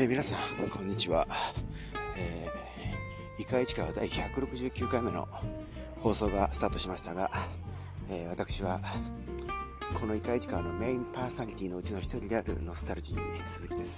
皆さんこんにちは。いかいちか第169回目の放送がスタートしましたが、私はこのいかいちかのメインパーソナリティのうちの一人であるノスタルジー鈴木です。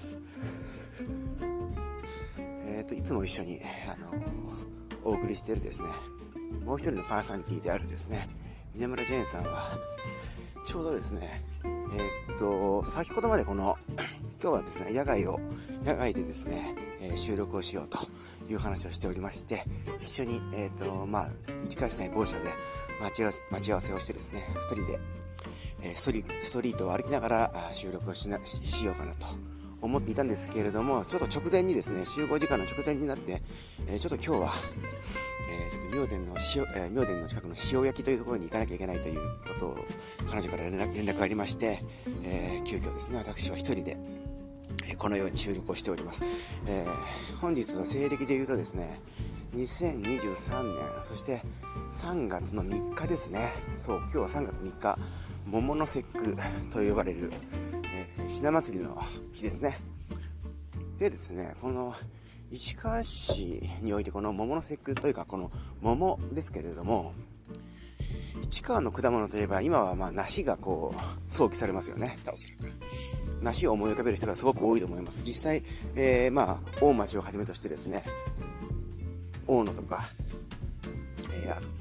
いつも一緒にお送りしているですね、もう一人のパーソナリティであるですね、稲村ジェーンさんはちょうどですね、先ほどまで今日はですね、野外でですね、収録をしようという話をしておりまして、一緒に、市川市内某所で待ち合わせをしてですね、二人で、ストリートを歩きながら収録をしようかなと思っていたんですけれども、ちょっと直前にですね、集合時間の直前になって、ちょっと今日は、ちょっと明殿の近くの塩焼きというところに行かなきゃいけないということを彼女から連絡がありまして、急遽ですね、私は一人でこのように収録をしております。本日は西暦で言うとですね、2023年、そして3月の3日ですね。そう、今日は3月3日、桃の節句と呼ばれる、ひな祭りの日ですね。でですね、この市川市においてこの桃の節句というか、この桃ですけれども、市川の果物といえば今は梨が想起されますよね。おそらく梨を思い浮かべる人がすごく多いと思います。実際、大町をはじめとしてですね、大野とか、あと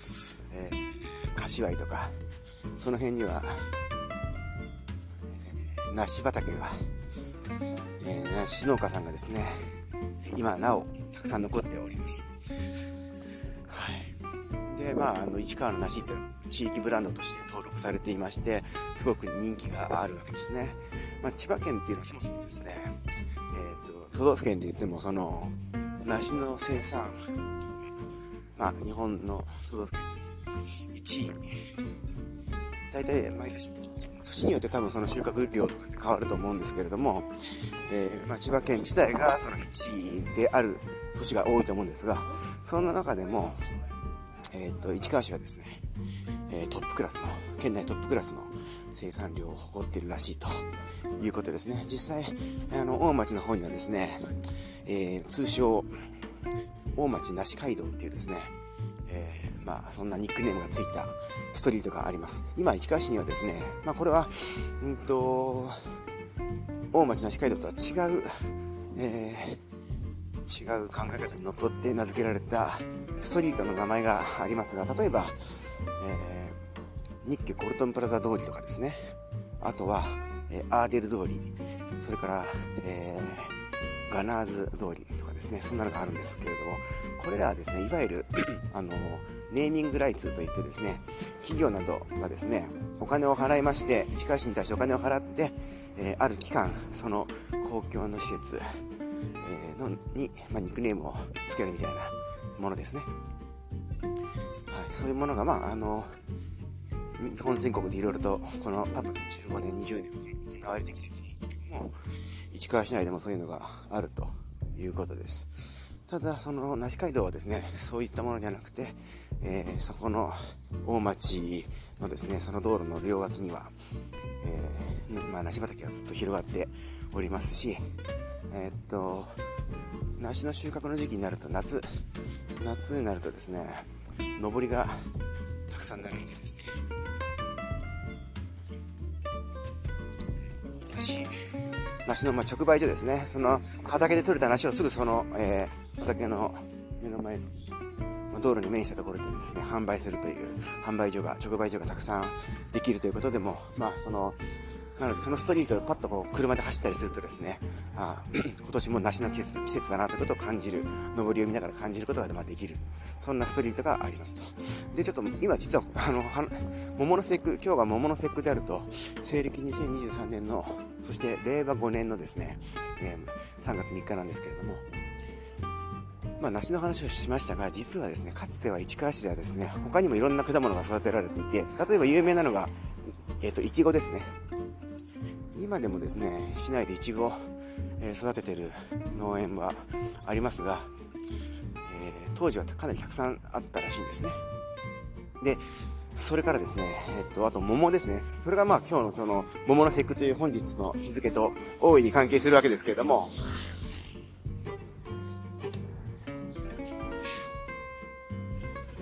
柏井とか、その辺には、梨畑が、梨農家さんがですね、今なおたくさん残っております。はい。で、市川の梨って地域ブランドとして登録されていまして、すごく人気があるわけですね。千葉県っていうのはそもそもですね、都道府県で言ってもその梨の生産、日本の都道府県1位、大体毎年によって多分その収穫量とかって変わると思うんですけれども、千葉県自体がその1位である年が多いと思うんですが、そんな中でも、市川市はですね、県内トップクラスの生産量を誇っているらしいということですね。実際、大町の方にはですね、通称大町梨街道っていうですね、そんなニックネームがついたストリートがあります。今市川市にはですね、これは大町梨街道とは違う考え方にのっとって名付けられたストリートの名前がありますが、例えば、ニッケコルトンプラザ通りとかですね、あとは、アーデル通り、それから、ガナーズ通りとかですね、そんなのがあるんですけれども、これらはですね、いわゆるネーミングライツといってですね、企業などがですね、お金を払いまして、市川市に対してお金を払って、ある期間、その公共の施設、に、ニックネームをつけるみたいなものですね。はい、そういうものが、日本全国でいろいろと、この多分15年、20年行われてきているんですけども、市川市内でもそういうのがあるということです。ただ、その梨街道はですね、そういったものじゃなくて、そこの大町のですね、その道路の両脇には、梨畑がずっと広がっておりますし、梨の収穫の時期になると夏になるとですね、上りがたくさん並んでですね、梨の直売所ですね、その畑で採れた梨をすぐその、畑の目の前の道路に面したところでですね、販売するという直売所がたくさんできるということでも、なのでそのストリートをパッと車で走ったりするとですね、今年も梨の季節だなということを感じる、上りを見ながら感じることができる、そんなストリートがありますと。で、ちょっと今実は桃の節句、今日が桃の節句であると、西暦2023年の、そして令和5年のですね、3月3日なんですけれども、梨の話をしましたが、実はですね、かつては市川市ではですね、他にもいろんな果物が育てられていて、例えば有名なのが、いちごですね。今でもですね、市内でイチゴを育てている農園はありますが、当時はかなりたくさんあったらしいんですね。で、それからですね、あと桃ですね。それが今日のその桃の節句という本日の日付と大いに関係するわけですけれども、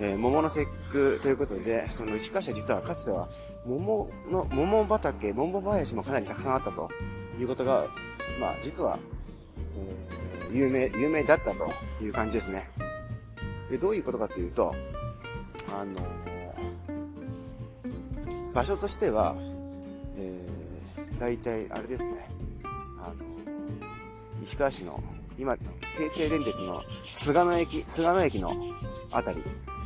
桃の節句ということで、その市川市は実はかつては桃畑、桃林もかなりたくさんあったということが、まあ実は、有名だったという感じですね。で、どういうことかというと、場所としては、大体あれですね、市川市の今の京成電鉄の菅野駅のあたり、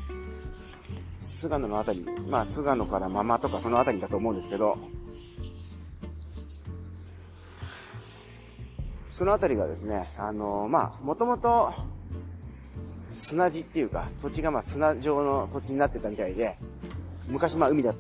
菅野のあたり、まあ菅野からママとかそのあたりだと思うんですけど、そのあたりがですね、まあもともと砂地っていうか、土地がまあ砂状の土地になってたみたいで、昔まあ海だった、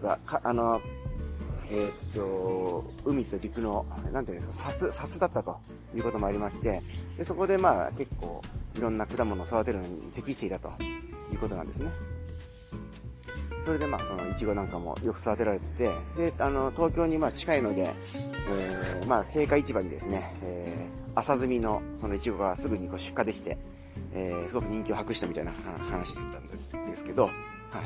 海と陸の、なんていうんですか、砂州だったということもありまして、でそこでまあ結構いろんな果物を育てるのに適していたということなんですね。それでまあそのイチゴなんかもよく育てられてて、で、東京にまあ近いので、まあ青果市場にですね、朝摘みのそのイチゴがすぐにこう出荷できて、すごく人気を博したみたいな話だったんですけど、はい。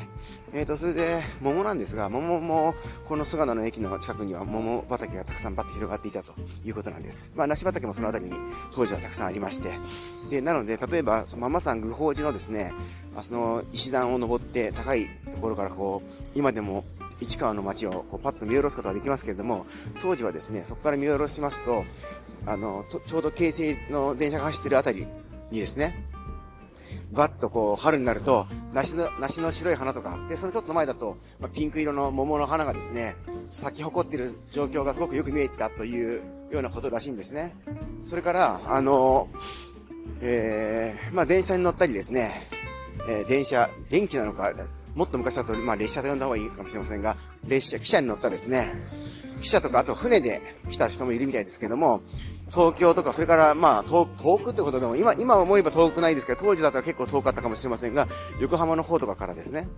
それで、桃なんですが、桃も、この菅野の駅の近くには桃畑がたくさんバッと広がっていたということなんです。まあ、梨畑もそのあたりに当時はたくさんありまして、で、なので、例えば、ママさん愚宝寺のですね、その石段を登って高いところからこう、今でも市川の街をこうパッと見下ろすことができますけれども、当時はですね、そこから見下ろしますと、ちょうど京成の電車が走ってるあたりにですね、バッとこう、春になると、梨の白い花とか、で、そのちょっと前だと、まあ、ピンク色の桃の花がですね、咲き誇っている状況がすごくよく見えたというようなことらしいんですね。それから、まあ、電車に乗ったりですね、電気なのか、もっと昔だと、まあ、列車と呼んだ方がいいかもしれませんが、汽車に乗ったですね、汽車とか、あと船で来た人もいるみたいですけども、東京とか、それから、まあ、遠くってことでも、今思えば遠くないですけど、当時だったら結構遠かったかもしれませんが、横浜の方とかからですね、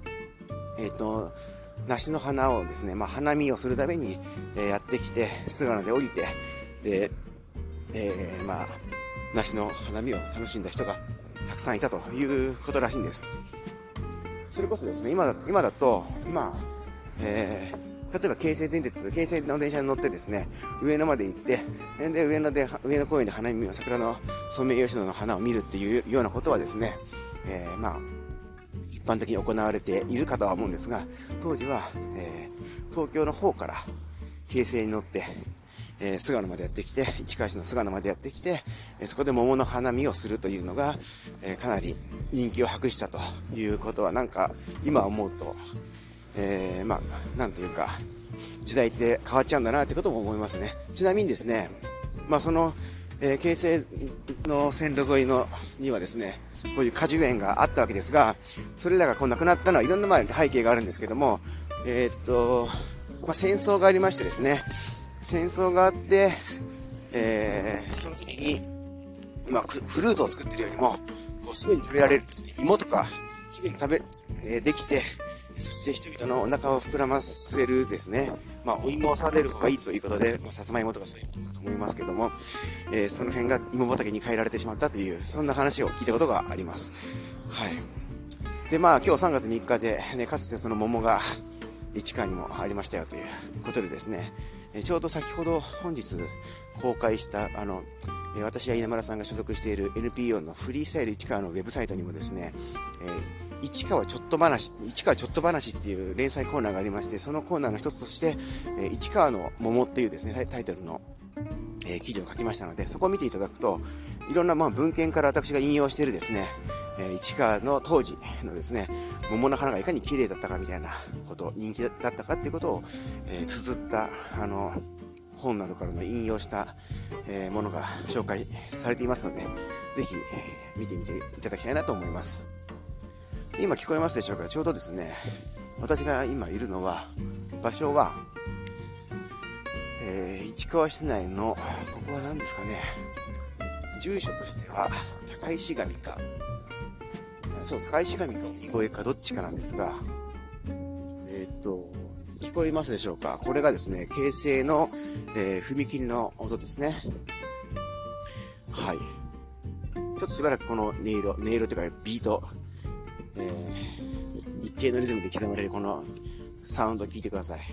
梨の花をですね、まあ、花見をするために、やってきて、菅野で降りて、で、まあ、梨の花見を楽しんだ人がたくさんいたということらしいんです。それこそですね、今だと、まあ、例えば京成の電車に乗ってですね、上野まで行って、で、上野公園で桜のソメイヨシノの花を見るっていうようなことはですね、まあ、一般的に行われているかとは思うんですが、当時は、東京の方から京成に乗って、菅野までやってきて、市川市の菅野までやってきて、そこで桃の花見をするというのが、かなり人気を博したということは、なんか、今思うと、まあ、なんていうか、時代って変わっちゃうんだなってことも思いますね。ちなみにですね、まあその、京成の線路沿いにはですね、そういう果樹園があったわけですが、それらがこうなくなったのはいろんな背景があるんですけども、まあ戦争がありましてですね、戦争があって、その時に、まあフルーツを作ってるよりも、こうすぐに食べられるですね、芋とか、すぐにできて、そして人々のお腹を膨らませるですね、まあ、お芋を育てる方がいいということで、まあ、さつまいもとかそういうことだと思いますけども、その辺が芋畑に変えられてしまったという、そんな話を聞いたことがあります。はい。で、まあ、今日3月3日で、ね、かつてその桃が市川にもありましたよということでですね、ちょうど先ほど本日公開した私や稲村さんが所属している NPO のフリースタイル市川のウェブサイトにもですね、市川ちょっと話っていう連載コーナーがありまして、そのコーナーの一つとして、市川の桃っていうですね、タイトルの、記事を書きましたので、そこを見ていただくと、いろんな文献から私が引用しているですね、市川の当時のですね、桃の花がいかに綺麗だったかみたいなこと、人気だったかっていうことを、綴った、本などからの引用した、ものが紹介されていますので、ぜひ、見てみていただきたいなと思います。今聞こえますでしょうか。ちょうどですね、私が今いるのは、場所は、市川市内の、ここは何ですかね、住所としては、高石神か、そう、高石神か鬼越かどっちかなんですが、聞こえますでしょうか。これがですね、京成の、踏切の音ですね。はい。ちょっとしばらくこの音色というかビート、 定のリズムで刻まれるこのサウンドを聞いてください。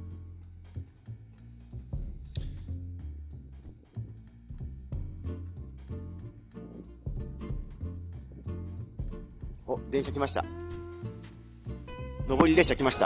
お、電車来ました。上り列車来ました。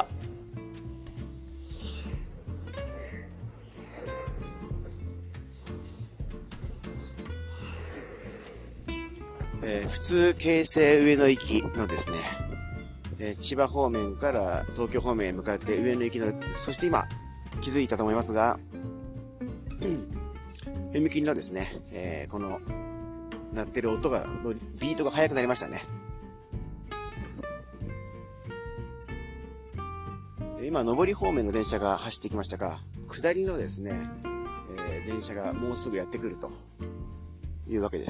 普通京成上野行きのですね、千葉方面から東京方面へ向かって上野行きの、そして今気づいたと思いますが、踏切のですね、この鳴ってる音が、ビートが速くなりましたね。今上り方面の電車が走ってきましたが、下りのですね、電車がもうすぐやってくるというわけです。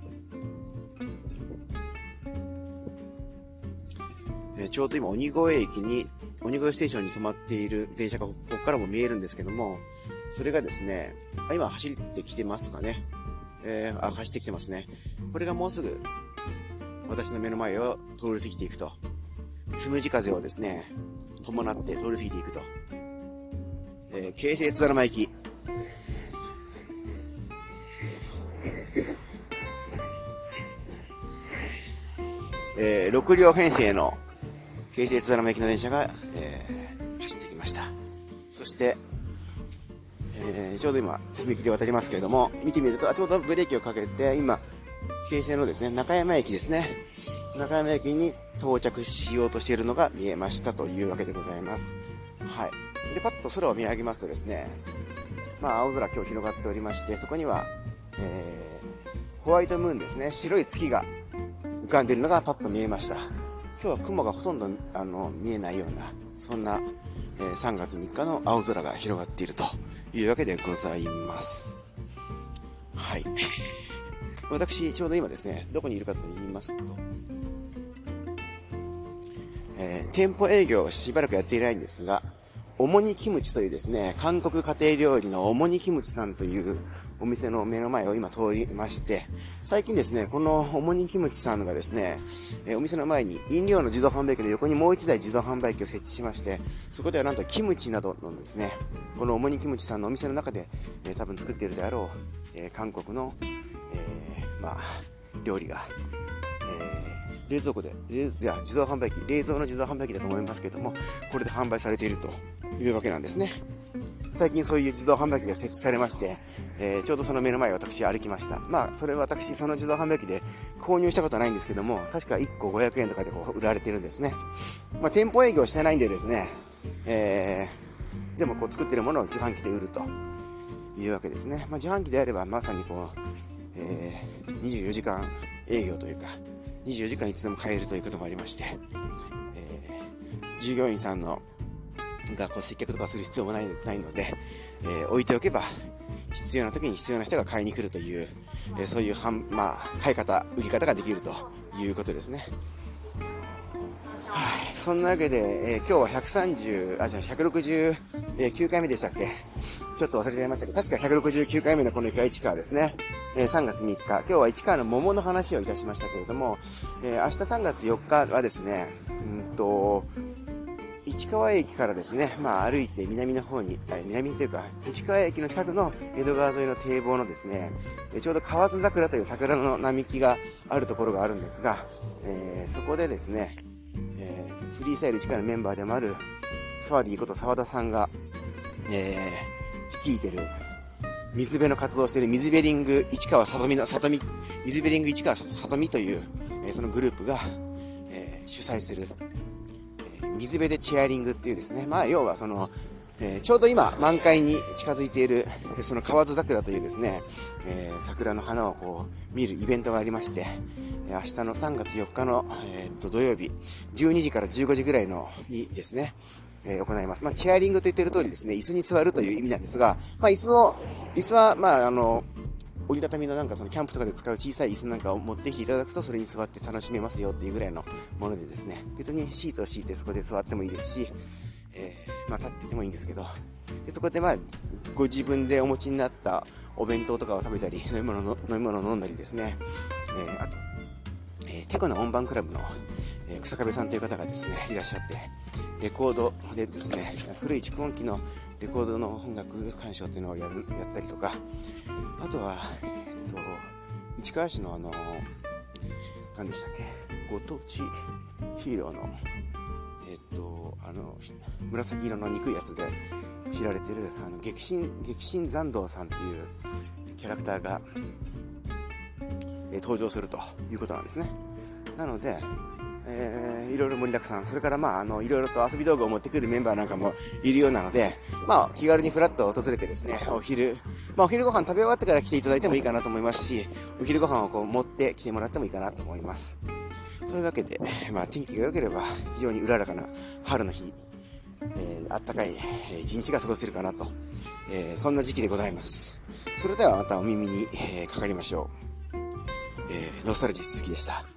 ちょうど今鬼越ステーションに止まっている電車がここからも見えるんですけども、それがですね、今走ってきてますかね。走ってきてますね。これがもうすぐ私の目の前を通り過ぎていくと、つむじ風をですね伴って通り過ぎていくと、京成津田沼行き、6両編成の京成津田沼行きの電車が、走ってきました。そして、ちょうど今踏切を渡りますけれども、見てみるとちょうどブレーキをかけて今京成のですね中山駅ですね、中山駅に到着しようとしているのが見えましたというわけでございます。はい。でパッと空を見上げますとですね、青空今日広がっておりまして、そこには、ホワイトムーンですね、白い月が浮かんでいるのがパッと見えました。今日は雲がほとんど見えないような、そんな、3月3日の青空が広がっているというわけでございます。はい。私ちょうど今ですね、どこにいるかと言いますと、店舗営業をしばらくやっていないんですが、おもにキムチというですね、韓国家庭料理のおもにキムチさんというお店の目の前を今通りまして、最近ですね、このおもにキムチさんがですね、お店の前に飲料の自動販売機の横にもう一台自動販売機を設置しまして、そこではなんとキムチなどのですね、このおもにキムチさんのお店の中で、多分作っているであろう、韓国の、料理が、冷蔵庫で、自動販売機、冷蔵の自動販売機だと思いますけども、これで販売されているというわけなんですね。最近そういう自動販売機が設置されまして、ちょうどその目の前を私歩きました。それは私その自動販売機で購入したことはないんですけども、確か1個500円とかで売られてるんですね。店舗営業してないんでですね、でも作ってるものを自販機で売るというわけですね。自販機であればまさに24時間営業というか、24時間いつでも買えるということもありまして、従業員さんが接客とかする必要もないので、置いておけば必要な時に必要な人が買いに来るという、そういう買い方、売り方ができるということですね。はい。そんなわけで、今日は169回目でしたっけ？ちょっと忘れちゃいましたけど、確か169回目のこの市川ですね。3月3日。今日は市川の桃の話をいたしましたけれども、明日3月4日はですね、市川駅からですね、歩いて南の方に、南というか、市川駅の近くの江戸川沿いの堤防のですね、ちょうど河津桜という桜の並木があるところがあるんですが、そこでですね、フリースタイル市川のメンバーでもある沢ディこと沢田さんが、率いてる水辺の活動をしている水ベリング市川里見水ベリング市川里見という、そのグループが、主催する、水辺でチェアリングっていうですね、要はちょうど今満開に近づいているその河津桜というですね、桜の花を見るイベントがありまして、明日の3月4日の、土曜日12時から15時ぐらいのにですね、行います。チェアリングと言っている通りですね、椅子に座るという意味なんですが、椅子は折りたたみのそのキャンプとかで使う小さい椅子なんかを持ってきていただくと、それに座って楽しめますよっていうぐらいのものでですね、別にシートを敷いてそこで座ってもいいですし、立っててもいいんですけど、でそこでご自分でお持ちになったお弁当とかを食べたり、飲み物を飲んだりですね、あと、テコの音盤クラブの、 草壁さんという方がですね、いらっしゃって、レコードでですね、古い蓄音機のレコードの音楽鑑賞っていうのをやったりとか、あとは、市川市の何でしたっけ、ご当地ヒーローの、紫色の憎いやつで知られてる、激震残道さんっていうキャラクターが、登場するということなんですね。なので、いろいろ盛りだくさん、それからいろいろと遊び道具を持ってくるメンバーなんかもいるようなので、気軽にフラッと訪れてですね、お昼ご飯食べ終わってから来ていただいてもいいかなと思いますし、お昼ご飯を持って来てもらってもいいかなと思います。というわけで、天気が良ければ非常にうららかな春の日、あったかい一日が過ごせるかなと、そんな時期でございます。それではまたお耳に、かかりましょう。ノスタルジー鈴木でした。